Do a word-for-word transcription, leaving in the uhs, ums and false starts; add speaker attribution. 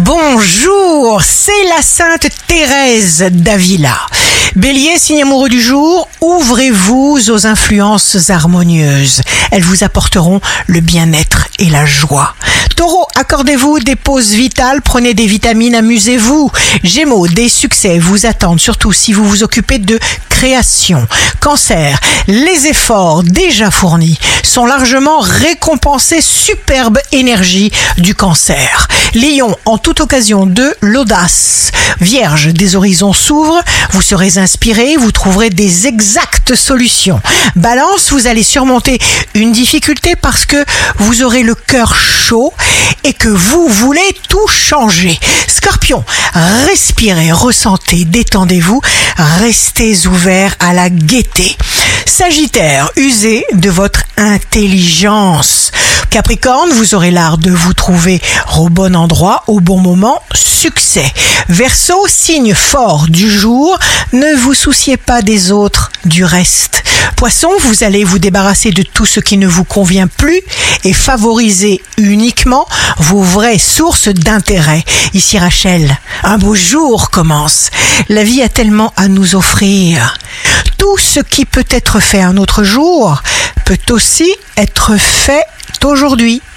Speaker 1: Bonjour, c'est la Sainte Thérèse d'Avila. Bélier, signe amoureux du jour, ouvrez-vous aux influences harmonieuses. Elles vous apporteront le bien-être et la joie. Taureau, accordez-vous des pauses vitales, prenez des vitamines, amusez-vous. Gémeaux, des succès vous attendent, surtout si vous vous occupez de création. Cancer, les efforts déjà fournis sont largement récompensés. Superbe énergie du Cancer. Lion, en toute occasion de l'audace. Vierge, des horizons s'ouvrent, vous serez inspiré, vous trouverez des exactes solutions. Balance, vous allez surmonter une difficulté parce que vous aurez le cœur chaud et que vous voulez tout changer. Scorpion, respirez, ressentez, détendez-vous, restez ouvert à la gaieté. Sagittaire, usez de votre intelligence. Capricorne, vous aurez l'art de vous trouver au bon endroit, au bon moment, succès. Verseau, signe fort du jour, ne vous souciez pas des autres, du reste. Poisson, vous allez vous débarrasser de tout ce qui ne vous convient plus et favoriser uniquement vos vraies sources d'intérêt. Ici Rachel, un beau jour commence. La vie a tellement à nous offrir. Tout ce qui peut être fait un autre jour peut aussi être fait aujourd'hui.